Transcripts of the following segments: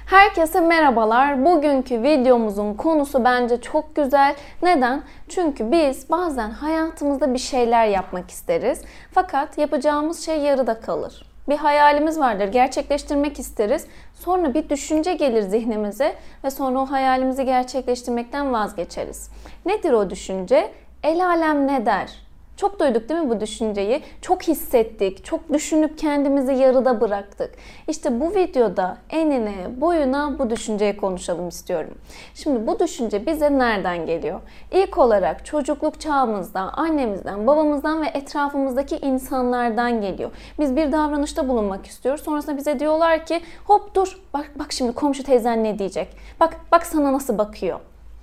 Herkese merhabalar. Bugünkü videomuzun konusu bence çok güzel. Neden? Çünkü biz bazen hayatımızda bir şeyler yapmak isteriz. Fakat yapacağımız şey yarıda kalır. Bir hayalimiz vardır, gerçekleştirmek isteriz. Sonra bir düşünce gelir zihnimize ve sonra o hayalimizi gerçekleştirmekten vazgeçeriz. Nedir o düşünce? El alem ne der? Çok duyduk değil mi bu düşünceyi? Çok hissettik, çok düşünüp kendimizi yarıda bıraktık. İşte bu videoda enine, boyuna bu düşünceyi konuşalım istiyorum. Şimdi bu düşünce bize nereden geliyor? İlk olarak çocukluk çağımızda annemizden, babamızdan ve etrafımızdaki insanlardan geliyor. Biz bir davranışta bulunmak istiyoruz. Sonrasında bize diyorlar ki hop dur, bak şimdi komşu teyzen ne diyecek? Bak sana nasıl bakıyor.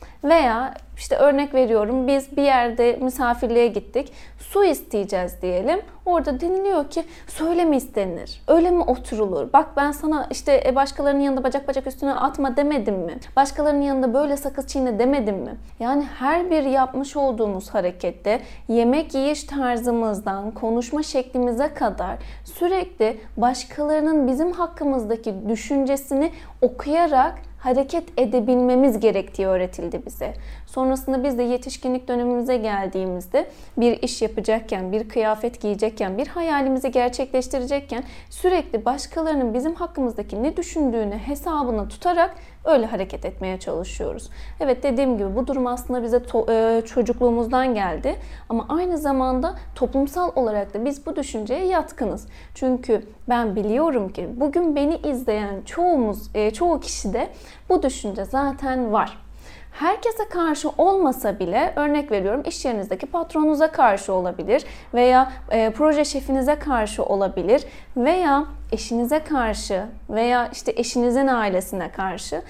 Veya işte örnek veriyorum, biz bir yerde misafirliğe gittik, su isteyeceğiz diyelim. Orada deniliyor ki söyle mi istenir, öyle mi oturulur? Bak ben sana işte başkalarının yanında bacak üstüne atma demedim mi? Başkalarının yanında böyle sakız çiğne demedim mi? Yani her bir yapmış olduğumuz harekette yemek yiyiş tarzımızdan konuşma şeklimize kadar sürekli başkalarının bizim hakkımızdaki düşüncesini okuyarak hareket edebilmemiz gerektiği öğretildi bize. Sonrasında biz de yetişkinlik dönemimize geldiğimizde bir iş yapacakken, bir kıyafet giyecekken, bir hayalimizi gerçekleştirecekken sürekli başkalarının bizim hakkımızdaki ne düşündüğünü hesabına tutarak öyle hareket etmeye çalışıyoruz. Evet, dediğim gibi bu durum aslında bize çocukluğumuzdan geldi. Ama aynı zamanda toplumsal olarak da biz bu düşünceye yatkınız. Çünkü ben biliyorum ki bugün beni izleyen çoğu kişide bu düşünce zaten var. Herkese karşı olmasa bile, örnek veriyorum, iş yerinizdeki patronunuza karşı olabilir veya proje şefinize karşı olabilir veya eşinize karşı veya işte eşinizin ailesine karşı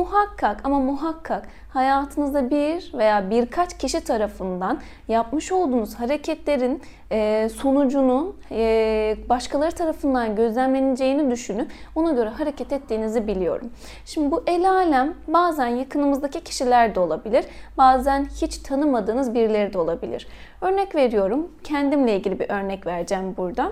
muhakkak hayatınızda bir veya birkaç kişi tarafından yapmış olduğunuz hareketlerin sonucunun başkaları tarafından gözlemleneceğini düşünüp ona göre hareket ettiğinizi biliyorum. Şimdi bu el alem bazen yakınımızdaki kişiler de olabilir, bazen hiç tanımadığınız birileri de olabilir. Örnek veriyorum, kendimle ilgili bir örnek vereceğim burada.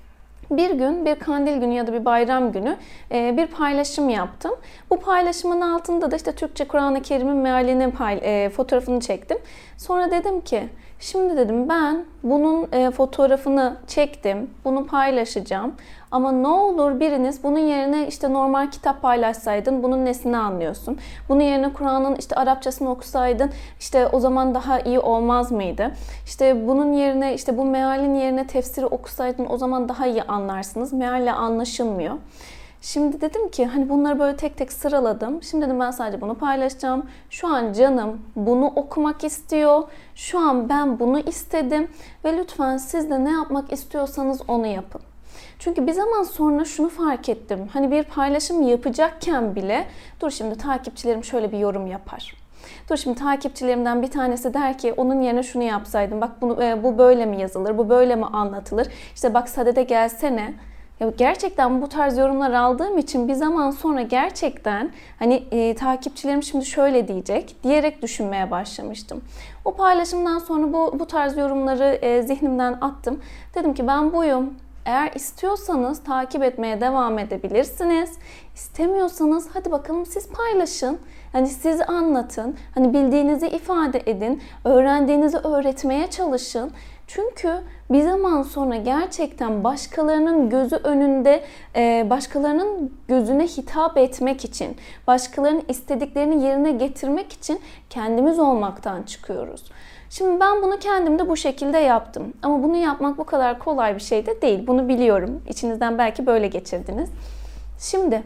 Bir gün, bir kandil günü ya da bir bayram günü bir paylaşım yaptım. Bu paylaşımın altında da işte Türkçe Kur'an-ı Kerim'in mealini fotoğrafını çektim. Sonra dedim ki, şimdi dedim ben bunun fotoğrafını çektim, bunu paylaşacağım. Ama ne olur biriniz bunun yerine işte normal kitap paylaşsaydın bunun nesini anlıyorsun? Bunun yerine Kur'an'ın işte Arapçasını okusaydın işte o zaman daha iyi olmaz mıydı? İşte bunun yerine işte bu mealin yerine tefsiri okusaydın o zaman daha iyi anlarsınız. Mealle anlaşılmıyor. Şimdi dedim ki hani bunları böyle tek tek sıraladım. Şimdi dedim ben sadece bunu paylaşacağım. Şu an canım bunu okumak istiyor. Şu an ben bunu istedim. Ve lütfen siz de ne yapmak istiyorsanız onu yapın. Çünkü bir zaman sonra şunu fark ettim. Hani bir paylaşım yapacakken bile dur şimdi takipçilerim şöyle bir yorum yapar. Dur şimdi takipçilerimden bir tanesi der ki onun yerine şunu yapsaydım. Bak bu böyle mi yazılır? Bu böyle mi anlatılır? İşte bak sadede gelsene. Ya gerçekten bu tarz yorumlar aldığım için bir zaman sonra gerçekten hani takipçilerim şimdi şöyle diyecek diyerek düşünmeye başlamıştım. O paylaşımdan sonra bu tarz yorumları zihnimden attım. Dedim ki ben buyum. Eğer istiyorsanız takip etmeye devam edebilirsiniz. İstemiyorsanız hadi bakalım siz paylaşın. Hani siz anlatın. Hani bildiğinizi ifade edin. Öğrendiğinizi öğretmeye çalışın. Çünkü bir zaman sonra gerçekten başkalarının gözü önünde, başkalarının gözüne hitap etmek için, başkalarının istediklerini yerine getirmek için kendimiz olmaktan çıkıyoruz. Şimdi ben bunu kendimde bu şekilde yaptım. Ama bunu yapmak bu kadar kolay bir şey de değil. Bunu biliyorum. İçinizden belki böyle geçirdiniz. Şimdi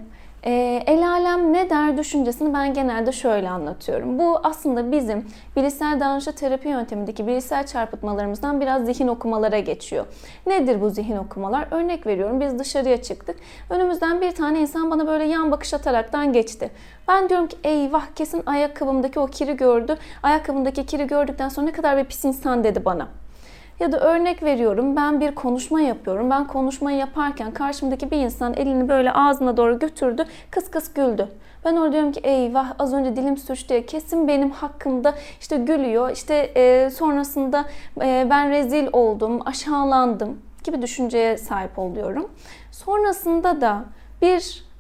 el alem ne der düşüncesini ben genelde şöyle anlatıyorum. Bu aslında bizim bilişsel davranışçı terapi yöntemindeki bilişsel çarpıtmalarımızdan biraz zihin okumalara geçiyor. Nedir bu zihin okumalar? Örnek veriyorum, biz dışarıya çıktık. Önümüzden bir tane insan bana böyle yan bakış ataraktan geçti. Ben diyorum ki eyvah kesin ayakkabımdaki o kiri gördü. Ayakkabımdaki kiri gördükten sonra ne kadar bir pis insan dedi bana. Ya da örnek veriyorum, ben bir konuşma yapıyorum. Ben konuşmayı yaparken karşımdaki bir insan elini böyle ağzına doğru götürdü, kıs kıs güldü. Ben orada diyorum ki eyvah az önce dilim sürçtü, kesin benim hakkımda işte gülüyor. İşte sonrasında ben rezil oldum, aşağılandım gibi düşünceye sahip oluyorum. Sonrasında da bir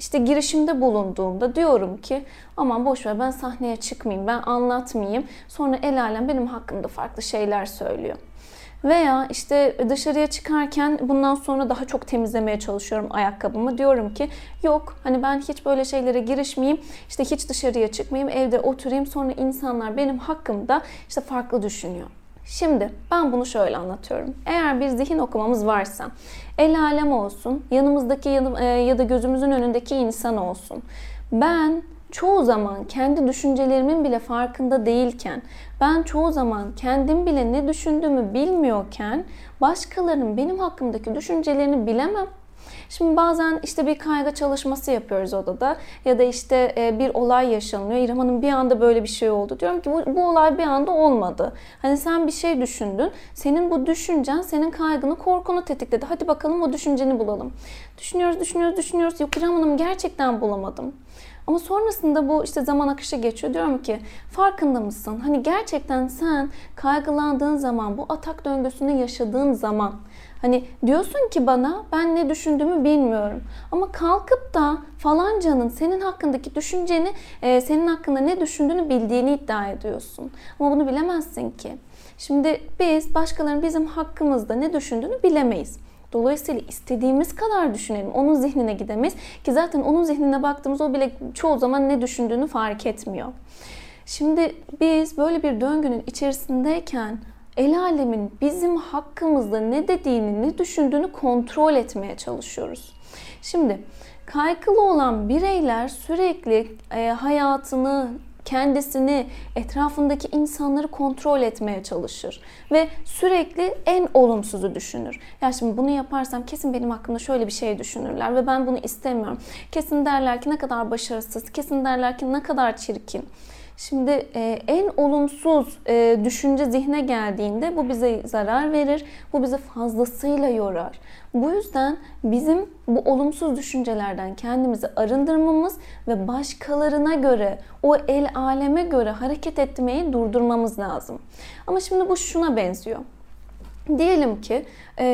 işte girişimde bulunduğumda diyorum ki aman boşver, ben sahneye çıkmayayım, ben anlatmayayım. Sonra el alem benim hakkımda farklı şeyler söylüyor. Veya işte dışarıya çıkarken bundan sonra daha çok temizlemeye çalışıyorum ayakkabımı. Diyorum ki yok, hani ben hiç böyle şeylere girişmeyeyim, işte hiç dışarıya çıkmayayım, evde oturayım, sonra insanlar benim hakkımda işte farklı düşünüyor. Şimdi ben bunu şöyle anlatıyorum. Eğer bir zihin okumamız varsa, el alem olsun, yanımızdaki ya da gözümüzün önündeki insan olsun. Ben çoğu zaman kendi düşüncelerimin bile farkında değilken, ben çoğu zaman kendim bile ne düşündüğümü bilmiyorken başkalarının benim hakkımdaki düşüncelerini bilemem. Şimdi bazen işte bir kaygı çalışması yapıyoruz odada ya da işte bir olay yaşanıyor. İrem Hanım bir anda böyle bir şey oldu. Diyorum ki bu olay bir anda olmadı. Hani sen bir şey düşündün. Senin bu düşüncen senin kaygını, korkunu tetikledi. Hadi bakalım o düşünceni bulalım. Düşünüyoruz. Yok İrem Hanım, gerçekten bulamadım. Ama sonrasında bu işte zaman akışı geçiyor. Diyorum ki farkında mısın? Hani gerçekten sen kaygılandığın zaman, bu atak döngüsünü yaşadığın zaman, hani diyorsun ki bana ben ne düşündüğümü bilmiyorum. Ama kalkıp da falancanın senin hakkındaki düşünceni, senin hakkında ne düşündüğünü bildiğini iddia ediyorsun. Ama bunu bilemezsin ki. Şimdi biz başkalarının bizim hakkımızda ne düşündüğünü bilemeyiz. Dolayısıyla istediğimiz kadar düşünelim. Onun zihnine gidemeyiz ki zaten onun zihnine baktığımız o bile çoğu zaman ne düşündüğünü fark etmiyor. Şimdi biz böyle bir döngünün içerisindeyken el alemin bizim hakkımızda ne dediğini, ne düşündüğünü kontrol etmeye çalışıyoruz. Şimdi kaygılı olan bireyler sürekli hayatını, kendisini, etrafındaki insanları kontrol etmeye çalışır ve sürekli en olumsuzu düşünür. Ya şimdi bunu yaparsam kesin benim hakkımda şöyle bir şey düşünürler ve ben bunu istemiyorum. Kesin derler ki ne kadar başarısız, kesin derler ki ne kadar çirkin. Şimdi en olumsuz düşünce zihne geldiğinde bu bize zarar verir, bu bizi fazlasıyla yorar. Bu yüzden bizim bu olumsuz düşüncelerden kendimizi arındırmamız ve başkalarına göre, o el aleme göre hareket etmeyi durdurmamız lazım. Ama şimdi bu şuna benziyor. Diyelim ki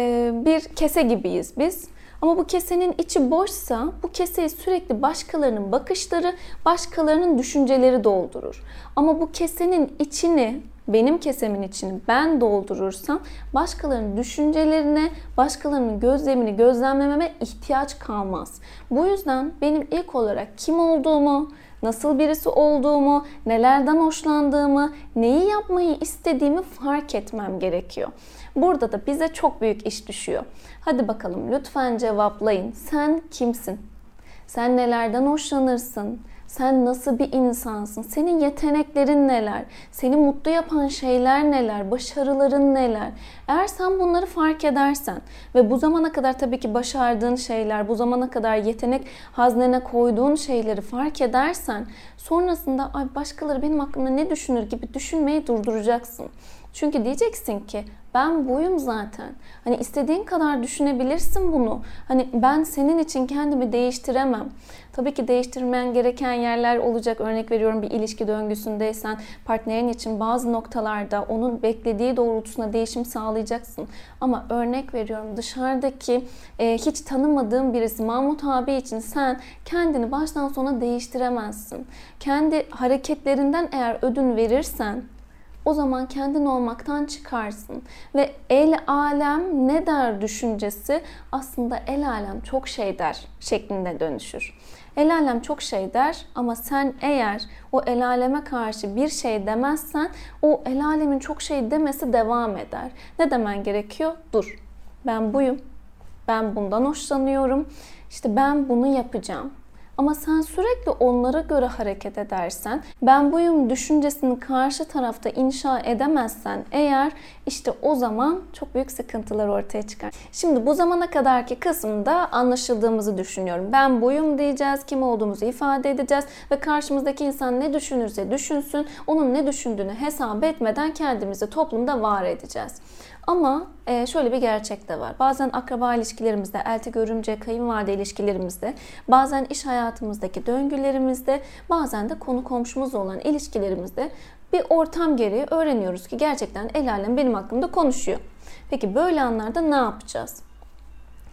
bir kese gibiyiz biz. Ama bu kesenin içi boşsa bu keseyi sürekli başkalarının bakışları, başkalarının düşünceleri doldurur. Ama bu kesenin içini, benim kesemin içini ben doldurursam başkalarının düşüncelerine, başkalarının gözlemini gözlemlememe ihtiyaç kalmaz. Bu yüzden benim ilk olarak kim olduğumu, nasıl birisi olduğumu, nelerden hoşlandığımı, neyi yapmayı istediğimi fark etmem gerekiyor. Burada da bize çok büyük iş düşüyor. Hadi bakalım lütfen cevaplayın. Sen kimsin? Sen nelerden hoşlanırsın? Sen nasıl bir insansın? Senin yeteneklerin neler? Seni mutlu yapan şeyler neler? Başarıların neler? Eğer sen bunları fark edersen ve bu zamana kadar tabii ki başardığın şeyler, bu zamana kadar yetenek haznene koyduğun şeyleri fark edersen sonrasında ay başkaları benim hakkımda ne düşünür gibi düşünmeyi durduracaksın. Çünkü diyeceksin ki ben buyum zaten. Hani istediğin kadar düşünebilirsin bunu. Hani ben senin için kendimi değiştiremem. Tabii ki değiştirmen gereken yerler olacak. Örnek veriyorum, bir ilişki döngüsündeysen partnerin için bazı noktalarda onun beklediği doğrultusunda değişim sağlayacaksın. Ama örnek veriyorum, dışarıdaki hiç tanımadığın birisi Mahmut abi için sen kendini baştan sona değiştiremezsin. Kendi hareketlerinden eğer ödün verirsen o zaman kendin olmaktan çıkarsın. Ve el alem ne der düşüncesi aslında el alem çok şey der şeklinde dönüşür. El alem çok şey der ama sen eğer o el aleme karşı bir şey demezsen o el alemin çok şey demesi devam eder. Ne demen gerekiyor? Dur. Ben buyum. Ben bundan hoşlanıyorum. İşte ben bunu yapacağım. Ama sen sürekli onlara göre hareket edersen, ben buyum düşüncesini karşı tarafta inşa edemezsen eğer, işte o zaman çok büyük sıkıntılar ortaya çıkar. Şimdi bu zamana kadarki kısımda anlaşıldığımızı düşünüyorum. Ben buyum diyeceğiz, kim olduğumuzu ifade edeceğiz ve karşımızdaki insan ne düşünürse düşünsün, onun ne düşündüğünü hesap etmeden kendimizi toplumda var edeceğiz. Ama şöyle bir gerçek de var. Bazen akraba ilişkilerimizde, elti görümce, kayınvalide ilişkilerimizde, bazen iş hayatımızdaki döngülerimizde, bazen de konu komşumuz olan ilişkilerimizde bir ortam gereği öğreniyoruz ki gerçekten el alem benim hakkımda konuşuyor. Peki böyle anlarda ne yapacağız?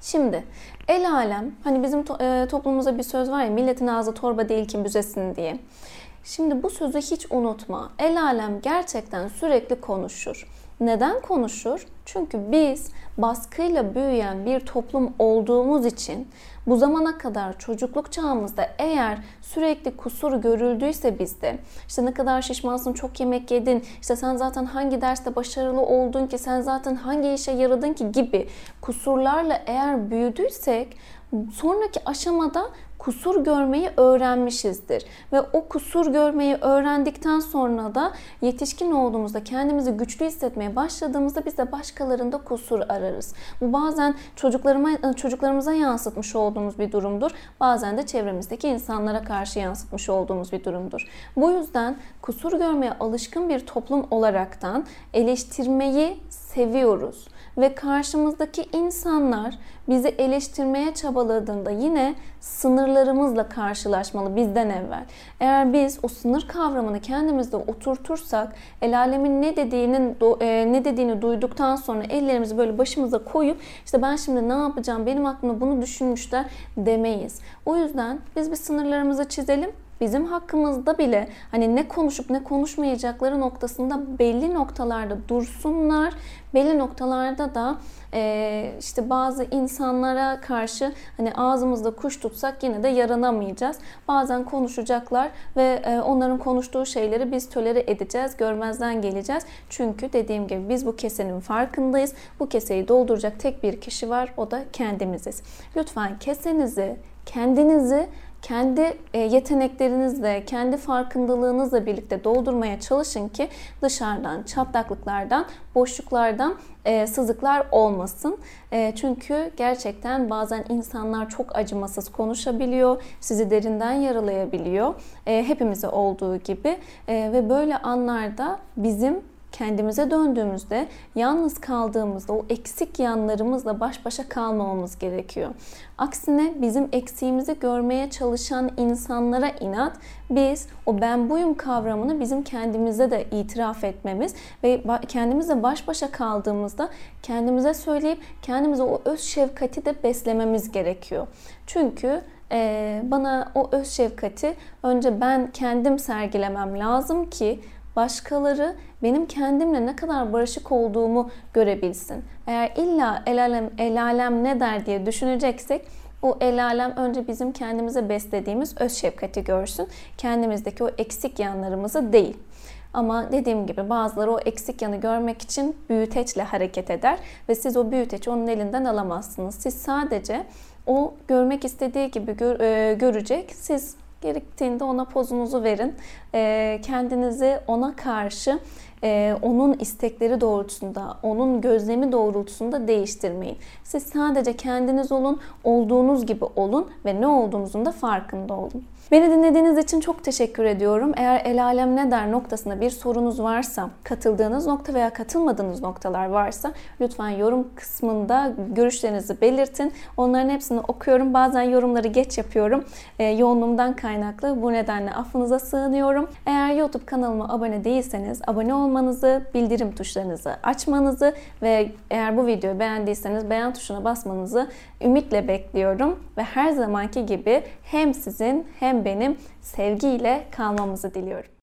Şimdi el alem, hani bizim toplumumuzda bir söz var ya, milletin ağzı torba değil ki büzesin diye. Şimdi bu sözü hiç unutma. El alem gerçekten sürekli konuşur. Neden konuşur? Çünkü biz baskıyla büyüyen bir toplum olduğumuz için bu zamana kadar çocukluk çağımızda eğer sürekli kusur görüldüyse bizde, işte ne kadar şişmansın, çok yemek yedin, işte sen zaten hangi derste başarılı oldun ki, sen zaten hangi işe yaradın ki gibi kusurlarla eğer büyüdüysek, sonraki aşamada kusur görmeyi öğrenmişizdir. Ve o kusur görmeyi öğrendikten sonra da yetişkin olduğumuzda, kendimizi güçlü hissetmeye başladığımızda biz de başkalarında kusur ararız. Bu bazen çocuklarımıza yansıtmış olduğumuz bir durumdur. Bazen de çevremizdeki insanlara karşı yansıtmış olduğumuz bir durumdur. Bu yüzden kusur görmeye alışkın bir toplum olaraktan eleştirmeyi seviyoruz. Ve karşımızdaki insanlar bizi eleştirmeye çabaladığında yine sınırlarımızla karşılaşmalı bizden evvel. Eğer biz o sınır kavramını kendimizde oturtursak, el alemin ne dediğini duyduktan sonra ellerimizi böyle başımıza koyup işte ben şimdi ne yapacağım, benim aklımda bunu düşünmüşler demeyiz. O yüzden biz bir sınırlarımızı çizelim. Bizim hakkımızda bile hani ne konuşup ne konuşmayacakları noktasında belli noktalarda dursunlar. Belli noktalarda da işte bazı insanlara karşı hani ağzımızda kuş tutsak yine de yaranamayacağız. Bazen konuşacaklar ve onların konuştuğu şeyleri biz tolere edeceğiz, görmezden geleceğiz. Çünkü dediğim gibi biz bu kesenin farkındayız. Bu keseyi dolduracak tek bir kişi var, o da kendimiziz. Lütfen kesenizi, kendinizi kendi yeteneklerinizle, kendi farkındalığınızla birlikte doldurmaya çalışın ki dışarıdan, çatlaklıklardan, boşluklardan sızıklar olmasın. Çünkü gerçekten bazen insanlar çok acımasız konuşabiliyor, sizi derinden yaralayabiliyor. Hepimize olduğu gibi ve böyle anlarda bizim kendimize döndüğümüzde, yalnız kaldığımızda o eksik yanlarımızla baş başa kalmamamız gerekiyor. Aksine bizim eksiğimizi görmeye çalışan insanlara inat, biz o ben buyum kavramını bizim kendimize de itiraf etmemiz ve kendimizle baş başa kaldığımızda kendimize söyleyip kendimize o öz şefkati de beslememiz gerekiyor. Çünkü bana o öz şefkati önce ben kendim sergilemem lazım ki başkaları benim kendimle ne kadar barışık olduğumu görebilsin. Eğer illa el alem ne der diye düşüneceksek, o el alem önce bizim kendimize beslediğimiz öz şefkati görsün. Kendimizdeki o eksik yanlarımızı değil. Ama dediğim gibi bazıları o eksik yanı görmek için büyüteçle hareket eder ve siz o büyüteci onun elinden alamazsınız. Siz sadece o görmek istediği gibi görecek. Siz gerektiğinde ona pozunuzu verin. Kendinizi ona karşı onun istekleri doğrultusunda, onun gözlemi doğrultusunda değiştirmeyin. Siz sadece kendiniz olun, olduğunuz gibi olun ve ne olduğunuzun da farkında olun. Beni dinlediğiniz için çok teşekkür ediyorum. Eğer el alem ne der noktasında bir sorunuz varsa, katıldığınız nokta veya katılmadığınız noktalar varsa lütfen yorum kısmında görüşlerinizi belirtin. Onların hepsini okuyorum. Bazen yorumları geç yapıyorum. Yoğunluğumdan kaynaklı. Bu nedenle affınıza sığınıyorum. Eğer YouTube kanalıma abone değilseniz abone olmanızı, bildirim tuşlarınızı açmanızı ve eğer bu videoyu beğendiyseniz beğen tuşuna basmanızı ümitle bekliyorum. Ve her zamanki gibi hem sizin hem benim sevgiyle kalmamızı diliyorum.